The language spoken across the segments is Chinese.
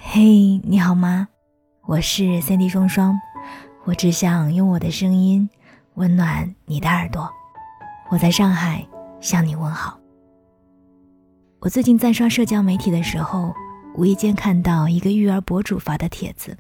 嘿，你好吗？我是 Cindy 双双，我只想用我的声音温暖你的耳朵。我在上海向你问好。我最近在刷社交媒体的时候，无意间看到一个育儿博主发的帖子。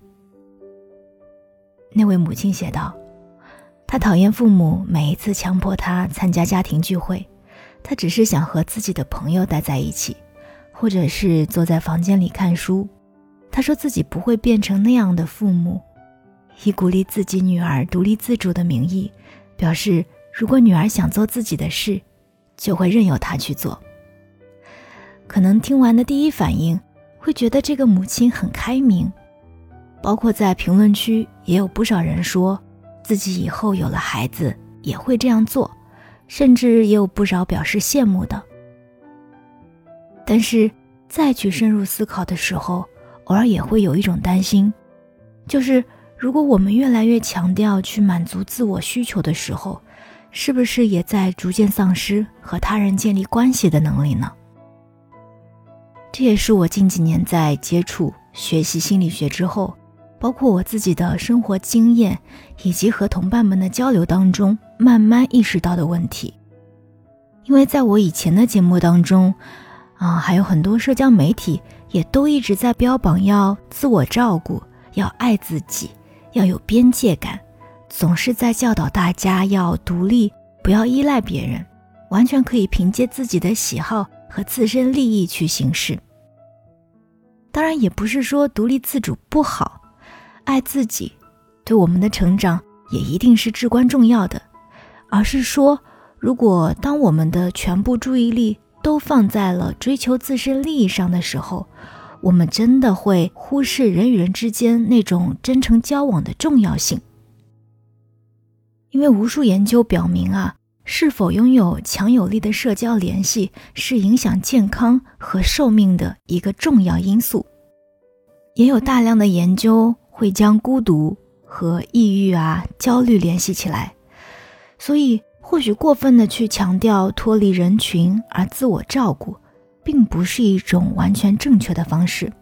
那位母亲写道，她讨厌父母每一次强迫她参加家庭聚会，她只是想和自己的朋友待在一起，或者是坐在房间里看书。她说自己不会变成那样的父母，以鼓励自己女儿独立自主的名义，表示如果女儿想做自己的事，就会任由她去做。可能听完的第一反应会觉得这个母亲很开明，包括在评论区也有不少人说自己以后有了孩子也会这样做，甚至也有不少表示羡慕的。但是再去深入思考的时候，偶尔也会有一种担心，就是如果我们越来越强调去满足自我需求的时候，是不是也在逐渐丧失和他人建立关系的能力呢？这也是我近几年在接触学习心理学之后，包括我自己的生活经验以及和同伴们的交流当中慢慢意识到的问题。因为在我以前的节目当中还有很多社交媒体也都一直在标榜要自我照顾，要爱自己，要有边界感，总是在教导大家要独立，不要依赖别人，完全可以凭借自己的喜好和自身利益去行事。当然也不是说独立自主不好，爱自己对我们的成长也一定是至关重要的，而是说如果当我们的全部注意力都放在了追求自身利益上的时候，我们真的会忽视人与人之间那种真诚交往的重要性。因为无数研究表明是否拥有强有力的社交联系是影响健康和寿命的一个重要因素。也有大量的研究会将孤独和抑郁焦虑联系起来，所以或许过分的去强调脱离人群而自我照顾，并不是一种完全正确的方式。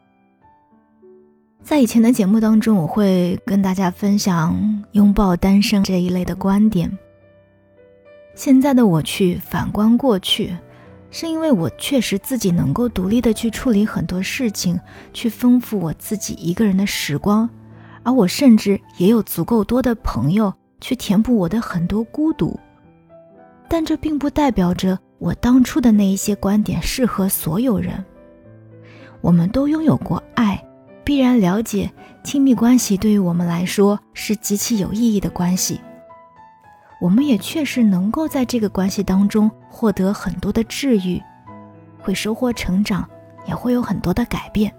在以前的节目当中，我会跟大家分享拥抱单身这一类的观点。现在的我去反观过去，是因为我确实自己能够独立的去处理很多事情，去丰富我自己一个人的时光，而我甚至也有足够多的朋友去填补我的很多孤独。但这并不代表着我当初的那一些观点适合所有人。我们都拥有过爱，必然了解亲密关系对于我们来说是极其有意义的关系。我们也确实能够在这个关系当中获得很多的治愈，会收获成长，也会有很多的改变。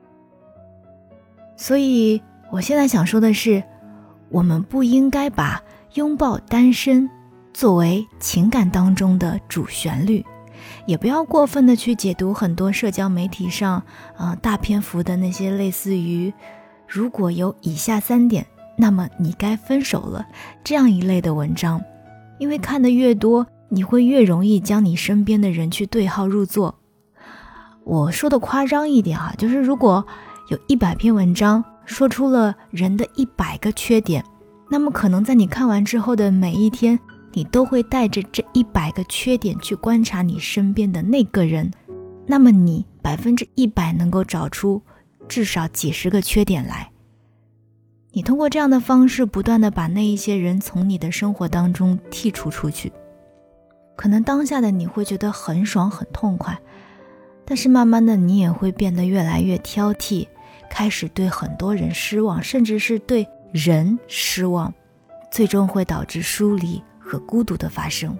所以我现在想说的是，我们不应该把拥抱单身作为情感当中的主旋律，也不要过分的去解读很多社交媒体上大篇幅的那些类似于如果有以下3点，那么你该分手了这样一类的文章。因为看得越多，你会越容易将你身边的人去对号入座。我说的夸张一点就是如果有100篇文章说出了人的100个缺点，那么可能在你看完之后的每一天，你都会带着这100个缺点去观察你身边的那个人，那么你100%能够找出至少几十个缺点来。你通过这样的方式不断地把那一些人从你的生活当中剔除出去，可能当下的你会觉得很爽很痛快，但是慢慢的你也会变得越来越挑剔，开始对很多人失望，甚至是对人失望，最终会导致疏离和孤独的发生。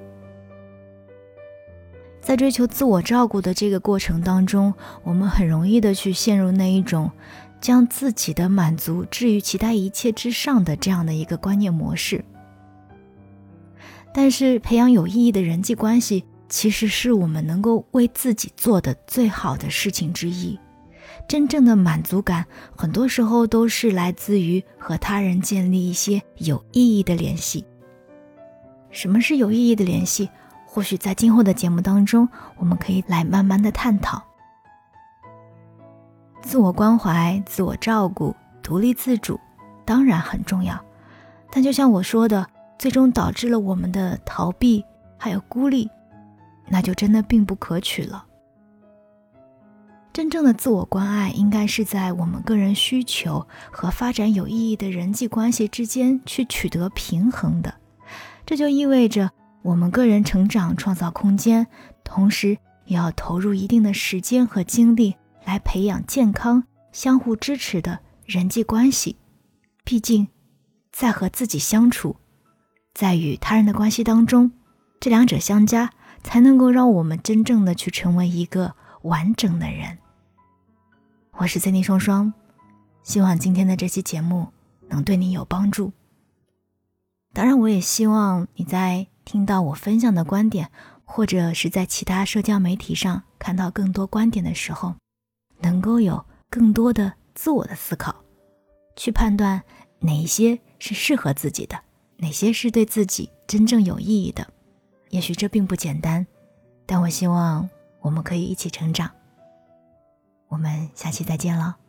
在追求自我照顾的这个过程当中，我们很容易的去陷入那一种将自己的满足置于其他一切之上的这样的一个观念模式。但是培养有意义的人际关系，其实是我们能够为自己做的最好的事情之一。真正的满足感很多时候都是来自于和他人建立一些有意义的联系。什么是有意义的联系？或许在今后的节目当中，我们可以来慢慢的探讨。 自我关怀、自我照顾、独立自主当然很重要，但就像我说的，最终导致了我们的逃避还有孤立，那就真的并不可取了。真正的自我关爱应该是在我们个人需求和发展有意义的人际关系之间去取得平衡的，这就意味着我们个人成长创造空间，同时也要投入一定的时间和精力来培养健康、相互支持的人际关系。毕竟，在和自己相处，在与他人的关系当中，这两者相加，才能够让我们真正的去成为一个完整的人。我是 Cindy 双双，希望今天的这期节目能对你有帮助。当然，我也希望你在听到我分享的观点，或者是在其他社交媒体上看到更多观点的时候，能够有更多的自我的思考，去判断哪一些是适合自己的，哪些是对自己真正有意义的。也许这并不简单，但我希望我们可以一起成长。我们下期再见了。